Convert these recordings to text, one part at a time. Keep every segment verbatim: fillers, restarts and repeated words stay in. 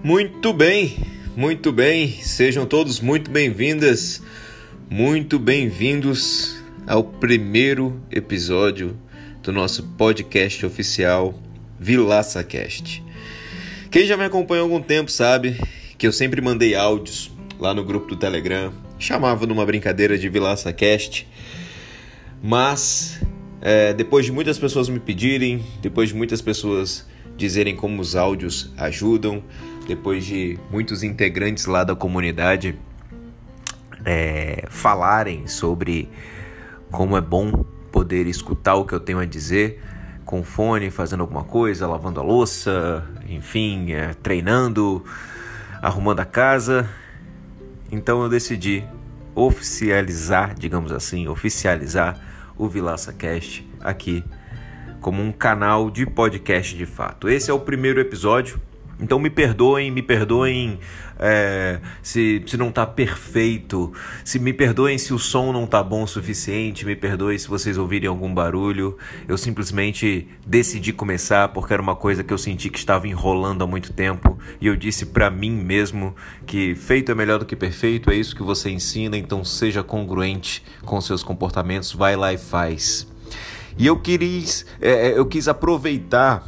Muito bem, muito bem, sejam todos muito bem-vindas, muito bem-vindos ao primeiro episódio do nosso podcast oficial VilaçaCast. Quem já me acompanha há algum tempo sabe que eu sempre mandei áudios lá no grupo do Telegram, chamava numa brincadeira de VilaçaCast, mas é, depois de muitas pessoas me pedirem, depois de muitas pessoas dizerem como os áudios ajudam, depois de muitos integrantes lá da comunidade é, falarem sobre como é bom poder escutar o que eu tenho a dizer com fone, fazendo alguma coisa, lavando a louça, enfim, é, treinando, arrumando a casa. Então eu decidi oficializar, digamos assim, oficializar o VilaçaCast aqui como um canal de podcast de fato. Esse é o primeiro episódio. Então me perdoem, me perdoem é, se, se não está perfeito, se me perdoem se o som não está bom o suficiente, me perdoem se vocês ouvirem algum barulho. Eu simplesmente decidi começar porque era uma coisa que eu senti que estava enrolando há muito tempo e eu disse para mim mesmo que feito é melhor do que perfeito, é isso que você ensina, então seja congruente com seus comportamentos, vai lá e faz. E eu quis, é, eu quis aproveitar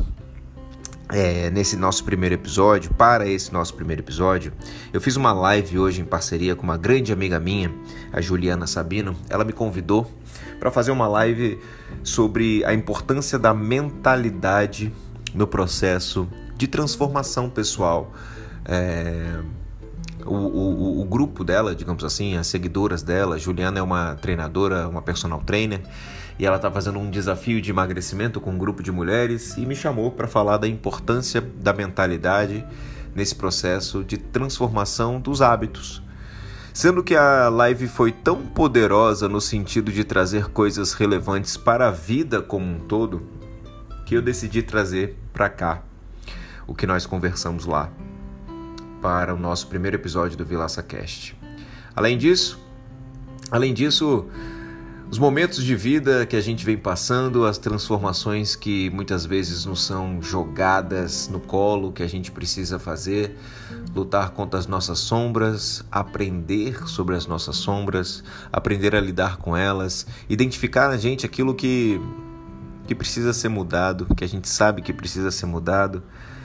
É, nesse nosso primeiro episódio, para esse nosso primeiro episódio, eu fiz uma live hoje em parceria com uma grande amiga minha, a Juliana Sabino. Ela me convidou para fazer uma live sobre a importância da mentalidade no processo de transformação pessoal. É, o, o, o grupo dela, digamos assim, as seguidoras dela, a Juliana é uma treinadora, uma personal trainer, e ela está fazendo um desafio de emagrecimento com um grupo de mulheres e me chamou para falar da importância da mentalidade nesse processo de transformação dos hábitos. Sendo que a live foi tão poderosa no sentido de trazer coisas relevantes para a vida como um todo, que eu decidi trazer para cá o que nós conversamos lá para o nosso primeiro episódio do VilaçaCast. Além disso, além disso, os momentos de vida que a gente vem passando, as transformações que muitas vezes nos são jogadas no colo, que a gente precisa fazer, lutar contra as nossas sombras, aprender sobre as nossas sombras, aprender a lidar com elas, identificar na gente aquilo que, que precisa ser mudado, que a gente sabe que precisa ser mudado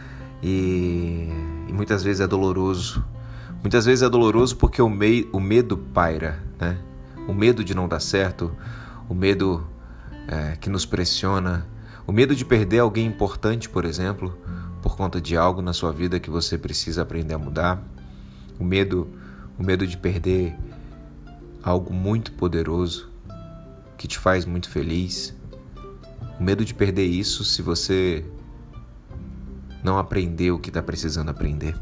e, e muitas vezes é doloroso. Muitas vezes é doloroso porque o, mei, o medo paira, né? O medo de não dar certo, o medo é, que nos pressiona, o medo de perder alguém importante, por exemplo, por conta de algo na sua vida que você precisa aprender a mudar, o medo, o medo de perder algo muito poderoso que te faz muito feliz, o medo de perder isso se você não aprendeu o que está precisando aprender.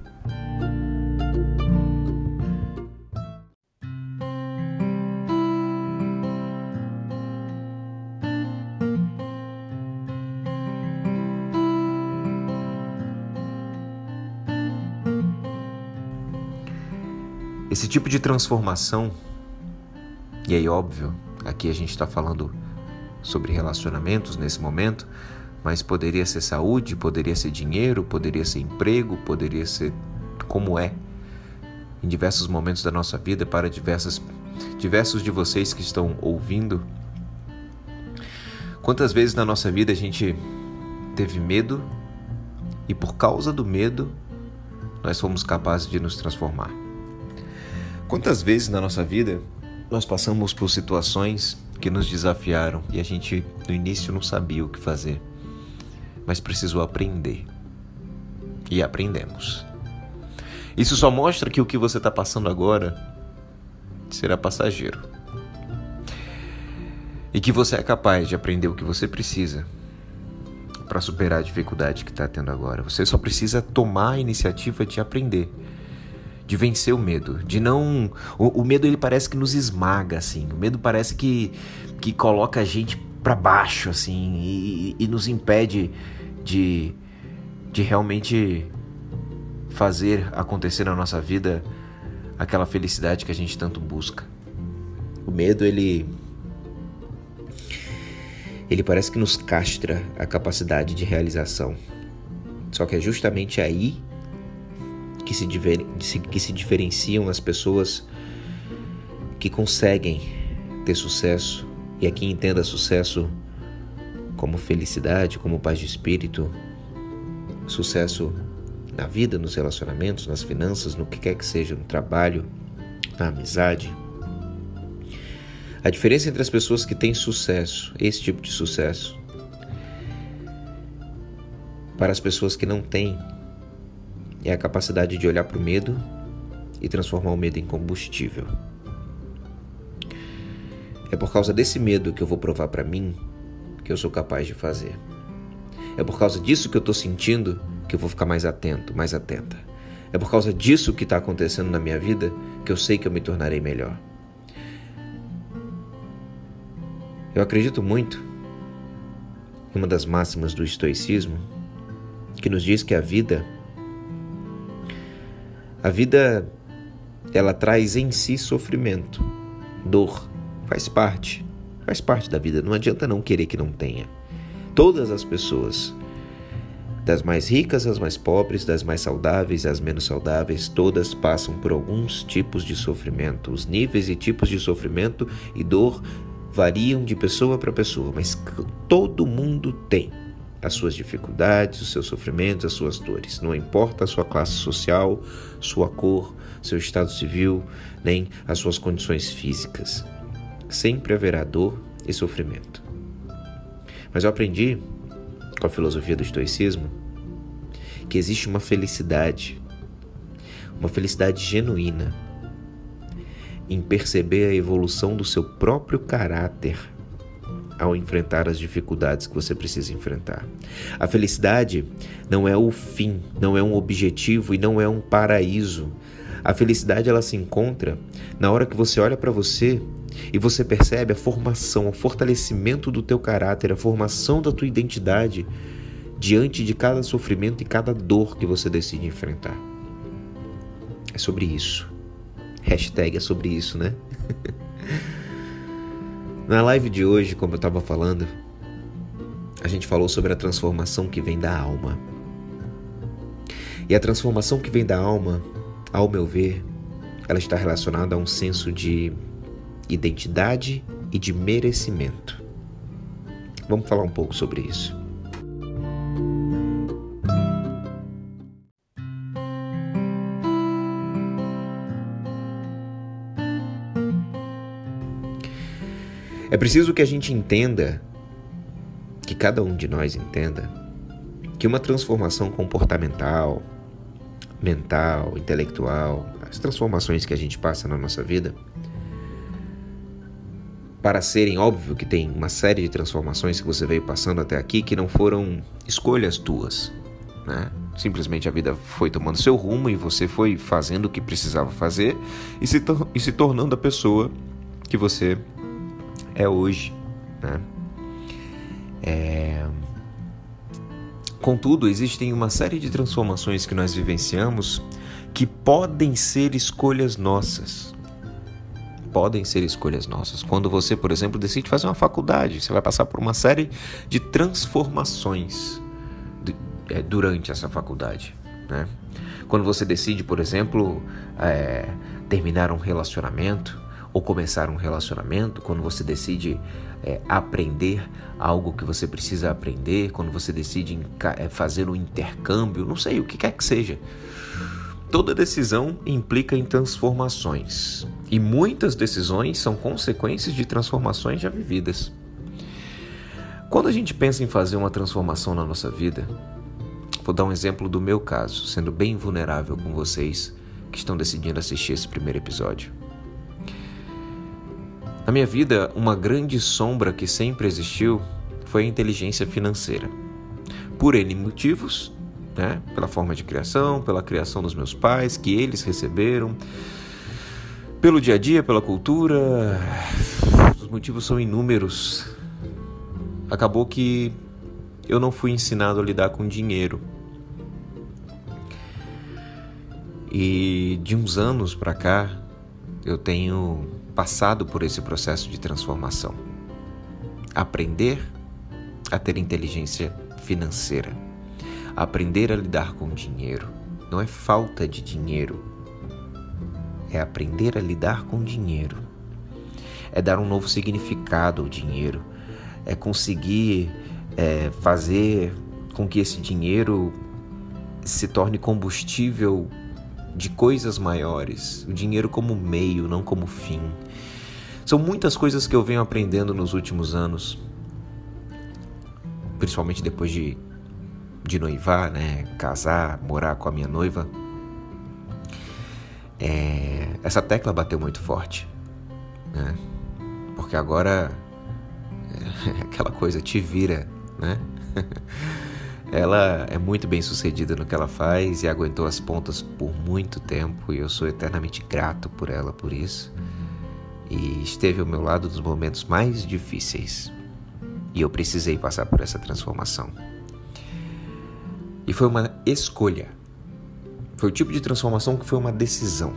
Esse tipo de transformação, e aí óbvio, aqui a gente está falando sobre relacionamentos nesse momento, mas poderia ser saúde, poderia ser dinheiro, poderia ser emprego, poderia ser como é, em diversos momentos da nossa vida, para diversas, diversos de vocês que estão ouvindo. Quantas vezes na nossa vida a gente teve medo e por causa do medo nós fomos capazes de nos transformar? Quantas vezes na nossa vida nós passamos por situações que nos desafiaram e a gente no início não sabia o que fazer, mas precisou aprender. E aprendemos. Isso só mostra que o que você está passando agora será passageiro. E que você é capaz de aprender o que você precisa para superar a dificuldade que está tendo agora. Você só precisa tomar a iniciativa de aprender, de vencer o medo, de não... O, o medo, ele parece que nos esmaga, assim. O medo parece que, que coloca a gente para baixo, assim, e, e nos impede de, de realmente fazer acontecer na nossa vida aquela felicidade que a gente tanto busca. O medo, ele... ele parece que nos castra a capacidade de realização. Só que é justamente aí que se, diver, que se diferenciam as pessoas que conseguem ter sucesso, e aqui entenda sucesso como felicidade, como paz de espírito, sucesso na vida, nos relacionamentos, nas finanças, no que quer que seja, no trabalho, na amizade. A diferença entre as pessoas que têm sucesso, esse tipo de sucesso, para as pessoas que não têm, é a capacidade de olhar para o medo e transformar o medo em combustível. É por causa desse medo que eu vou provar para mim que eu sou capaz de fazer. É por causa disso que eu estou sentindo que eu vou ficar mais atento, mais atenta. É por causa disso que está acontecendo na minha vida que eu sei que eu me tornarei melhor. Eu acredito muito em uma das máximas do estoicismo que nos diz que a vida, a vida, ela traz em si sofrimento, dor, faz parte, faz parte da vida. Não adianta não querer que não tenha. Todas as pessoas, das mais ricas às mais pobres, das mais saudáveis às menos saudáveis, todas passam por alguns tipos de sofrimento. Os níveis e tipos de sofrimento e dor variam de pessoa para pessoa, mas todo mundo tem as suas dificuldades, os seus sofrimentos, as suas dores. Não importa a sua classe social, sua cor, seu estado civil, nem as suas condições físicas. Sempre haverá dor e sofrimento. Mas eu aprendi, com a filosofia do estoicismo, que existe uma felicidade, uma felicidade genuína, em perceber a evolução do seu próprio caráter ao enfrentar as dificuldades que você precisa enfrentar. A felicidade não é o fim, não é um objetivo e não é um paraíso. A felicidade, ela se encontra na hora que você olha para você e você percebe a formação, o fortalecimento do teu caráter, a formação da tua identidade diante de cada sofrimento e cada dor que você decide enfrentar. É sobre isso. Hashtag é sobre isso, né? Na live de hoje, como eu estava falando, a gente falou sobre a transformação que vem da alma. E a transformação que vem da alma, ao meu ver, ela está relacionada a um senso de identidade e de merecimento. Vamos falar um pouco sobre isso. É preciso que a gente entenda, que cada um de nós entenda, que uma transformação comportamental, mental, intelectual, as transformações que a gente passa na nossa vida, para serem, óbvio que tem uma série de transformações que você veio passando até aqui que não foram escolhas tuas, né? Simplesmente a vida foi tomando seu rumo e você foi fazendo o que precisava fazer e se, tor- e se tornando a pessoa que você é hoje, né? É... Contudo, existem uma série de transformações que nós vivenciamos que podem ser escolhas nossas. Podem ser escolhas nossas. Quando você, por exemplo, decide fazer uma faculdade, você vai passar por uma série de transformações de, é, durante essa faculdade, né? Quando você decide, por exemplo, é, terminar um relacionamento, ou começar um relacionamento, quando você decide é, aprender algo que você precisa aprender, quando você decide é, fazer um intercâmbio, não sei, o que quer que seja. Toda decisão implica em transformações. E muitas decisões são consequências de transformações já vividas. Quando a gente pensa em fazer uma transformação na nossa vida, vou dar um exemplo do meu caso, sendo bem vulnerável com vocês que estão decidindo assistir esse primeiro episódio. Na minha vida, uma grande sombra que sempre existiu foi a inteligência financeira. Por N motivos, né? Pela forma de criação, pela criação dos meus pais, que eles receberam, pelo dia a dia, pela cultura, os motivos são inúmeros. Acabou que eu não fui ensinado a lidar com dinheiro. E de uns anos para cá, eu tenho passado por esse processo de transformação. Aprender a ter inteligência financeira. Aprender a lidar com dinheiro. não é falta de dinheiro. É aprender a lidar com o dinheiro. É dar um novo significado ao dinheiro. É conseguir é, fazer com que esse dinheiro se torne combustível de coisas maiores. O dinheiro como meio, não como fim. São muitas coisas que eu venho aprendendo nos últimos anos, principalmente depois de, de noivar, né? Casar, morar com a minha noiva. É, essa tecla bateu muito forte, né? Porque agora é aquela coisa te vira, né? Ela é muito bem sucedida no que ela faz e aguentou as pontas por muito tempo, e eu sou eternamente grato por ela por isso. E esteve ao meu lado nos momentos mais difíceis, e eu precisei passar por essa transformação. E foi uma escolha. Foi o tipo de transformação que foi uma decisão.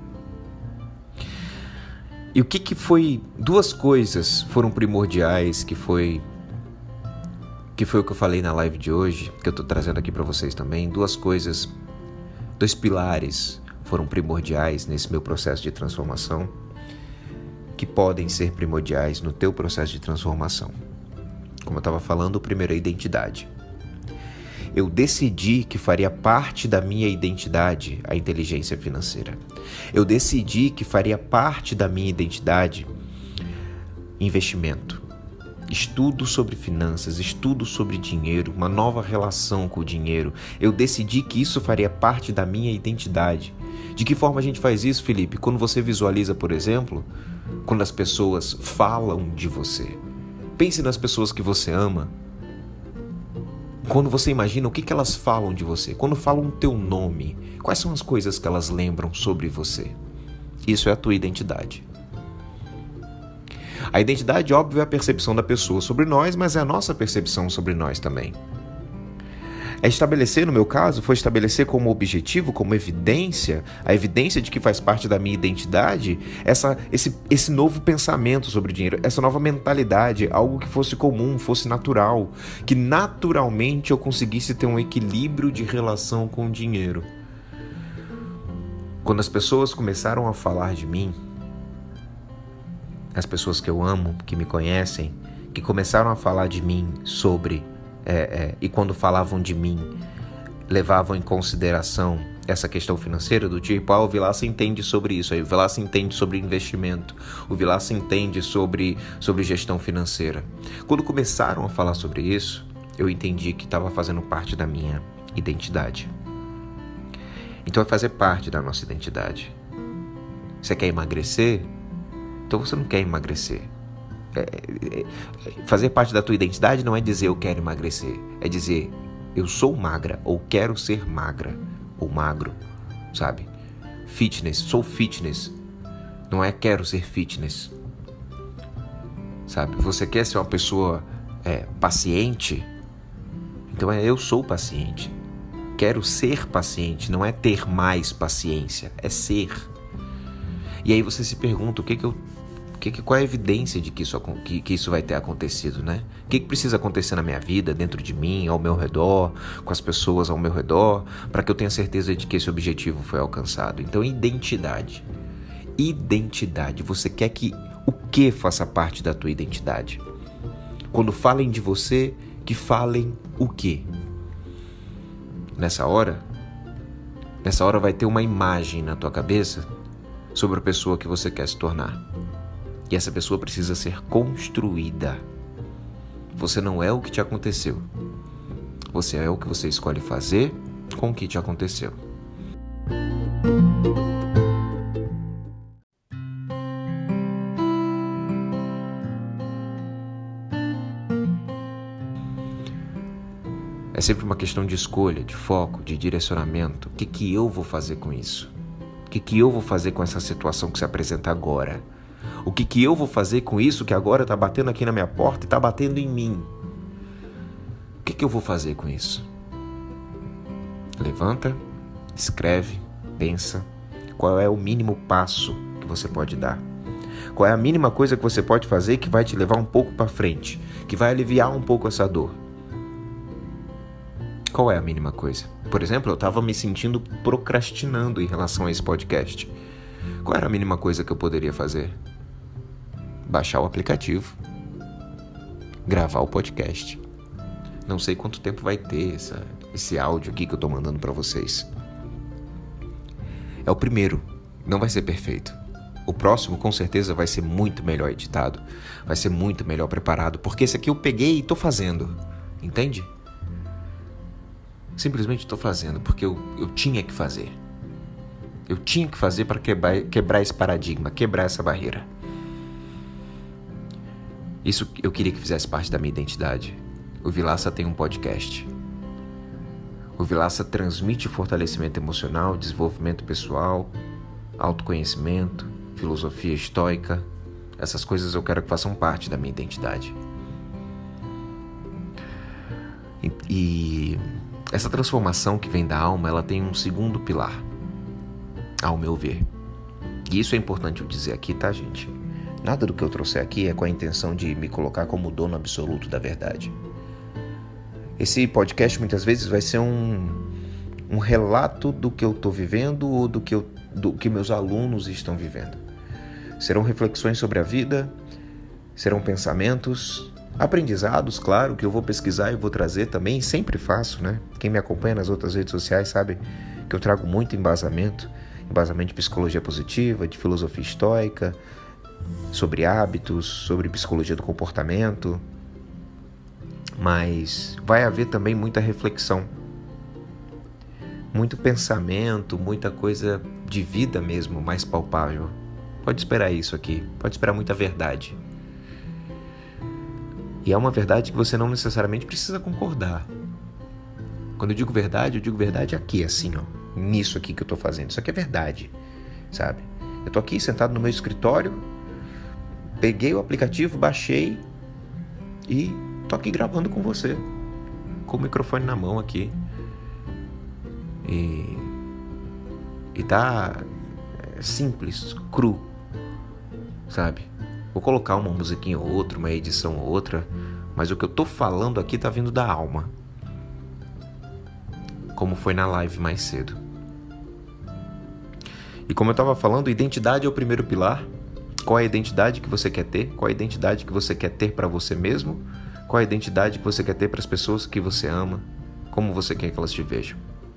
E o que que foi? Duas coisas foram primordiais, que foi que foi o que eu falei na live de hoje, que eu tô trazendo aqui para vocês também. Duas coisas, dois pilares foram primordiais nesse meu processo de transformação, que podem ser primordiais no teu processo de transformação. Como eu estava falando, o primeiro é a identidade. Eu decidi que faria parte da minha identidade a inteligência financeira. Eu decidi que faria parte da minha identidade investimento. Estudo sobre finanças, estudo sobre dinheiro, uma nova relação com o dinheiro. Eu decidi que isso faria parte da minha identidade. De que forma a gente faz isso, Felipe? Quando você visualiza, por exemplo, quando as pessoas falam de você. Pense nas pessoas que você ama. Quando você imagina o que, que elas falam de você, quando falam o teu nome, quais são as coisas que elas lembram sobre você? Isso é a tua identidade. A identidade, óbvio, é a percepção da pessoa sobre nós, mas é a nossa percepção sobre nós também. É estabelecer, no meu caso, foi estabelecer como objetivo, como evidência, a evidência de que faz parte da minha identidade, essa, esse, esse novo pensamento sobre dinheiro, essa nova mentalidade, algo que fosse comum, fosse natural, que naturalmente eu conseguisse ter um equilíbrio de relação com o dinheiro. Quando as pessoas começaram a falar de mim, as pessoas que eu amo, que me conhecem, que começaram a falar de mim sobre... É, é, e quando falavam de mim, levavam em consideração essa questão financeira, do tipo, ah, o Vilaça entende sobre isso, aí o Vilaça entende sobre investimento, o Vilaça entende sobre, sobre gestão financeira. Quando começaram a falar sobre isso, eu entendi que estava fazendo parte da minha identidade. Então vai fazer parte da nossa identidade. Você quer emagrecer? Então você não quer emagrecer. Fazer parte da tua identidade não é dizer eu quero emagrecer, é dizer eu sou magra ou quero ser magra ou magro, sabe? Fitness, sou fitness, não é quero ser fitness, sabe? Você quer ser uma pessoa é, paciente, então é eu sou paciente, quero ser paciente, não é ter mais paciência, é ser. E aí você se pergunta o que que eu Que, que, qual é a evidência de que isso, que, que isso vai ter acontecido, né? O que, que precisa acontecer na minha vida, dentro de mim, ao meu redor, com as pessoas ao meu redor, para que eu tenha certeza de que esse objetivo foi alcançado? Então, identidade. Identidade. Você quer que o que faça parte da tua identidade? Quando falem de você, que falem o quê? Nessa hora, nessa hora vai ter uma imagem na tua cabeça sobre a pessoa que você quer se tornar. E essa pessoa precisa ser construída. Você não é o que te aconteceu. Você é o que você escolhe fazer com o que te aconteceu. É sempre uma questão de escolha, de foco, de direcionamento. O que, que eu vou fazer com isso? O que, que eu vou fazer com essa situação que se apresenta agora? O que, que eu vou fazer com isso que agora está batendo aqui na minha porta e está batendo em mim? O que, que eu vou fazer com isso? Levanta, escreve, pensa. Qual é o mínimo passo que você pode dar? Qual é a mínima coisa que você pode fazer que vai te levar um pouco para frente? Que vai aliviar um pouco essa dor? Qual é a mínima coisa? Por exemplo, eu estava me sentindo procrastinando em relação a esse podcast. Qual era a mínima coisa que eu poderia fazer? Baixar o aplicativo, gravar o podcast. Não sei quanto tempo vai ter essa, esse áudio aqui que eu estou mandando para vocês. É o primeiro, não vai ser perfeito. O próximo com certeza vai ser muito melhor editado, vai ser muito melhor preparado, porque esse aqui eu peguei e estou fazendo, entende? Simplesmente estou fazendo, porque eu, eu tinha que fazer. Eu tinha que fazer para quebrar, quebrar esse paradigma, quebrar essa barreira. Isso eu queria que fizesse parte da minha identidade. O Vilaça tem um podcast. O Vilaça transmite fortalecimento emocional, desenvolvimento pessoal, autoconhecimento, filosofia estoica. Essas coisas eu quero que façam parte da minha identidade. E, e essa transformação que vem da alma, ela tem um segundo pilar, ao meu ver. E isso é importante eu dizer aqui, tá, gente? Nada do que eu trouxer aqui é com a intenção de me colocar como dono absoluto da verdade. Esse podcast muitas vezes vai ser um, um relato do que eu estou vivendo ou do que, eu, do que meus alunos estão vivendo. Serão reflexões sobre a vida, serão pensamentos, aprendizados, claro, que eu vou pesquisar e vou trazer também, sempre faço, né? Quem me acompanha nas outras redes sociais sabe que eu trago muito embasamento, embasamento de psicologia positiva, de filosofia estoica, sobre hábitos, sobre psicologia do comportamento, mas vai haver também muita reflexão, muito pensamento, muita coisa de vida mesmo, mais palpável. Pode esperar isso aqui, pode esperar muita verdade. E é uma verdade que você não necessariamente precisa concordar. Quando eu digo verdade, eu digo verdade aqui, assim, ó, nisso aqui que eu tô fazendo. Isso aqui é verdade, sabe? Eu tô aqui sentado no meu escritório, peguei o aplicativo, baixei e tô aqui gravando com você, com o microfone na mão aqui. E, e tá simples, cru, sabe? Vou colocar uma musiquinha ou outra, uma edição ou outra, mas o que eu tô falando aqui tá vindo da alma. Como foi na live mais cedo. E como eu tava falando, identidade é o primeiro pilar. Qual é a identidade que você quer ter? Qual é a identidade que você quer ter para você mesmo? Qual é a identidade que você quer ter para as pessoas que você ama? Como você quer que elas te vejam?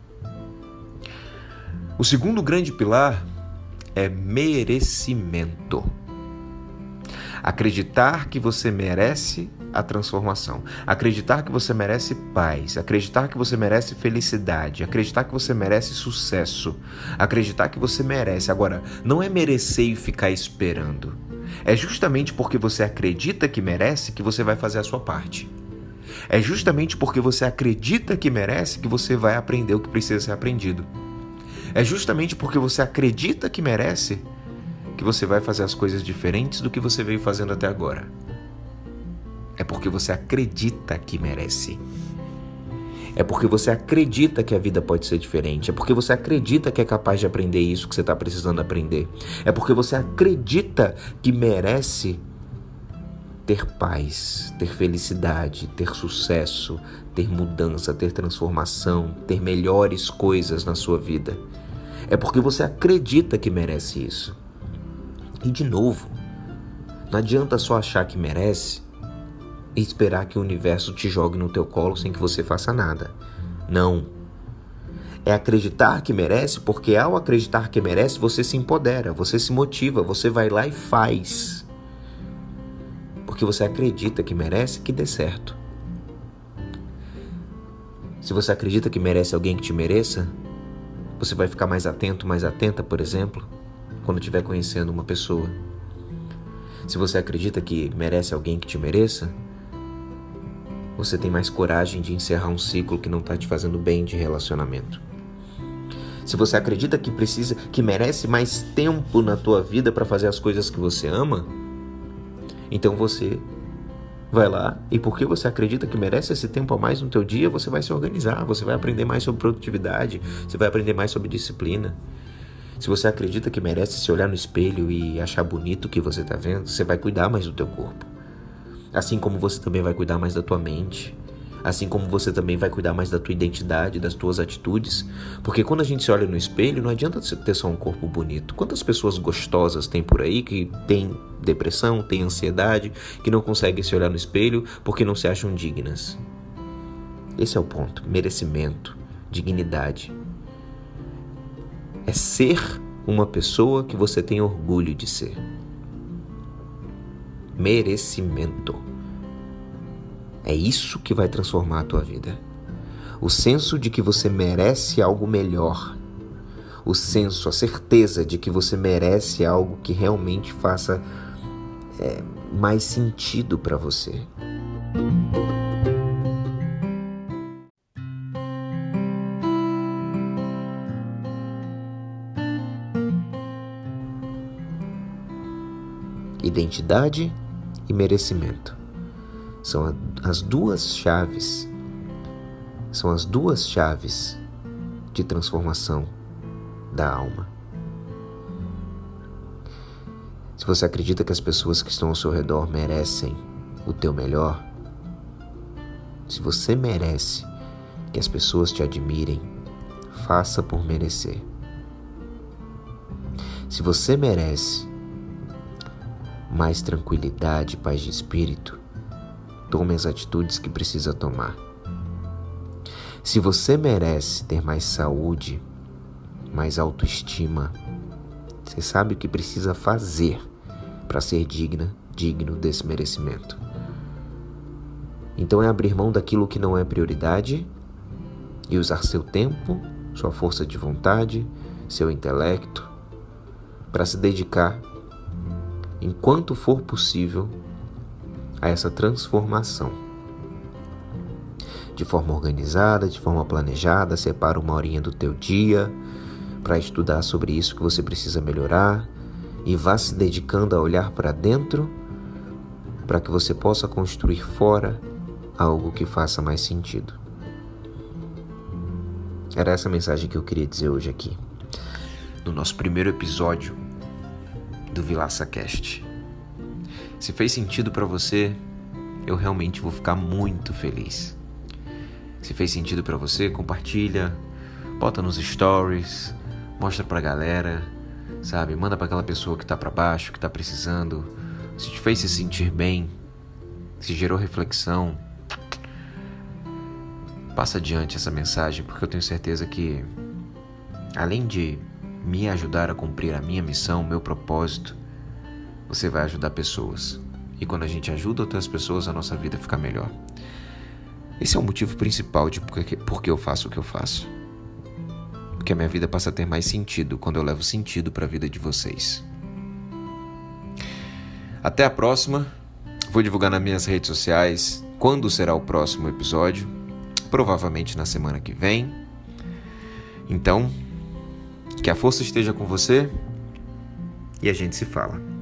O segundo grande pilar é merecimento. Acreditar que você merece a transformação. Acreditar que você merece paz. Acreditar que você merece felicidade. Acreditar que você merece sucesso. Acreditar que você merece. Agora, não é merecer e ficar esperando. É justamente porque você acredita que merece que você vai fazer a sua parte. É justamente porque você acredita que merece que você vai aprender o que precisa ser aprendido. É justamente porque você acredita que merece que você vai fazer as coisas diferentes do que você veio fazendo até agora. É porque você acredita que merece. É porque você acredita que a vida pode ser diferente. É porque você acredita que é capaz de aprender isso que você está precisando aprender. É porque você acredita que merece ter paz, ter felicidade, ter sucesso, ter mudança, ter transformação, ter melhores coisas na sua vida. É porque você acredita que merece isso. E de novo, não adianta só achar que merece e esperar que o universo te jogue no teu colo sem que você faça nada. Não. É acreditar que merece, porque ao acreditar que merece, você se empodera, você se motiva, você vai lá e faz. Porque você acredita que merece, que dê certo. Se você acredita que merece alguém que te mereça, você vai ficar mais atento, mais atenta, por exemplo, quando estiver conhecendo uma pessoa. Se você acredita que merece alguém que te mereça, você tem mais coragem de encerrar um ciclo que não está te fazendo bem de relacionamento. Se você acredita que precisa, que merece mais tempo na tua vida para fazer as coisas que você ama, então você vai lá e porque você acredita que merece esse tempo a mais no teu dia, você vai se organizar, você vai aprender mais sobre produtividade, você vai aprender mais sobre disciplina. Se você acredita que merece se olhar no espelho e achar bonito o que você está vendo, você vai cuidar mais do teu corpo. Assim como você também vai cuidar mais da tua mente. Assim como você também vai cuidar mais da tua identidade, das tuas atitudes. Porque quando a gente se olha no espelho, não adianta você ter só um corpo bonito. Quantas pessoas gostosas tem por aí que tem depressão, tem ansiedade, que não conseguem se olhar no espelho porque não se acham dignas? Esse é o ponto. Merecimento, dignidade. É ser uma pessoa que você tem orgulho de ser. Merecimento. É isso que vai transformar a tua vida. O senso de que você merece algo melhor. O senso, a certeza de que você merece algo que realmente faça é, mais sentido para você. Identidade e merecimento. São as duas chaves, são as duas chaves de transformação da alma. Se você acredita que as pessoas que estão ao seu redor merecem o teu melhor, se você merece que as pessoas te admirem, faça por merecer. Se você merece mais tranquilidade e paz de espírito, tome as atitudes que precisa tomar. Se você merece ter mais saúde, mais autoestima, você sabe o que precisa fazer para ser digna, digno desse merecimento. Então é abrir mão daquilo que não é prioridade e usar seu tempo, sua força de vontade, seu intelecto, para se dedicar, enquanto for possível, a essa transformação. De forma organizada, de forma planejada, separa uma horinha do teu dia para estudar sobre isso que você precisa melhorar e vá se dedicando a olhar para dentro para que você possa construir fora algo que faça mais sentido. Era essa mensagem que eu queria dizer hoje aqui, no nosso primeiro episódio do VilaçaCast. Se fez sentido para você, eu realmente vou ficar muito feliz. Se fez sentido para você, compartilha, bota nos stories, mostra pra galera, sabe? Manda pra aquela pessoa que tá pra baixo, que tá precisando. Se te fez se sentir bem, se gerou reflexão, passa adiante essa mensagem, porque eu tenho certeza que, além de me ajudar a cumprir a minha missão, o meu propósito, você vai ajudar pessoas. E quando a gente ajuda outras pessoas, a nossa vida fica melhor. Esse é o motivo principal de porque, porque eu faço o que eu faço. Porque a minha vida passa a ter mais sentido quando eu levo sentido para a vida de vocês. Até a próxima. Vou divulgar nas minhas redes sociais quando será o próximo episódio. Provavelmente na semana que vem. Então, que a força esteja com você e a gente se fala.